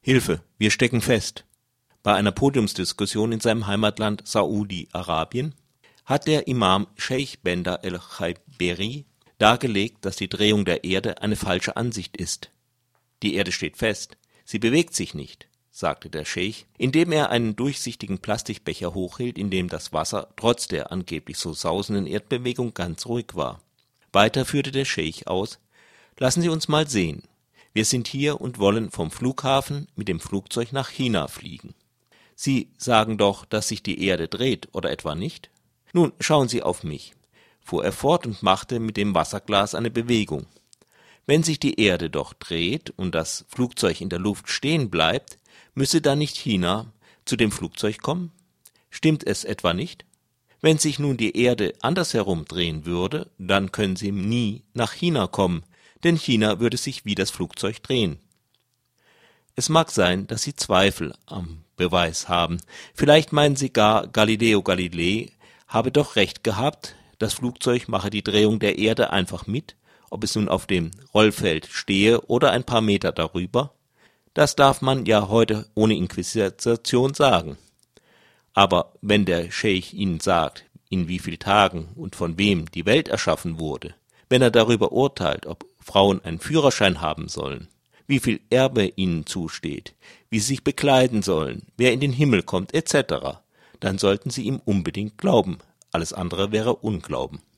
Hilfe, wir stecken fest. Bei einer Podiumsdiskussion in seinem Heimatland Saudi-Arabien hat der Imam Scheich Bender el-Khaiberi dargelegt, dass die Drehung der Erde eine falsche Ansicht ist. Die Erde steht fest, sie bewegt sich nicht, sagte der Scheich, indem er einen durchsichtigen Plastikbecher hochhielt, in dem das Wasser trotz der angeblich so sausenden Erdbewegung ganz ruhig war. Weiter führte der Scheich aus: Lassen Sie uns mal sehen. Wir sind hier und wollen vom Flughafen mit dem Flugzeug nach China fliegen. Sie sagen doch, dass sich die Erde dreht, oder etwa nicht? Nun, schauen Sie auf mich, fuhr er fort und machte mit dem Wasserglas eine Bewegung. Wenn sich die Erde doch dreht und das Flugzeug in der Luft stehen bleibt, müsse dann nicht China zu dem Flugzeug kommen? Stimmt es etwa nicht? Wenn sich nun die Erde andersherum drehen würde, dann können Sie nie nach China kommen, denn China würde sich wie das Flugzeug drehen. Es mag sein, dass Sie Zweifel am Beweis haben. Vielleicht meinen Sie gar, Galileo Galilei habe doch recht gehabt, das Flugzeug mache die Drehung der Erde einfach mit, ob es nun auf dem Rollfeld stehe oder ein paar Meter darüber. Das darf man ja heute ohne Inquisition sagen. Aber wenn der Scheich Ihnen sagt, in wie vielen Tagen und von wem die Welt erschaffen wurde, wenn er darüber urteilt, ob Frauen einen Führerschein haben sollen, wie viel Erbe ihnen zusteht, wie sie sich bekleiden sollen, wer in den Himmel kommt, etc., dann sollten Sie ihm unbedingt glauben. Alles andere wäre Unglauben.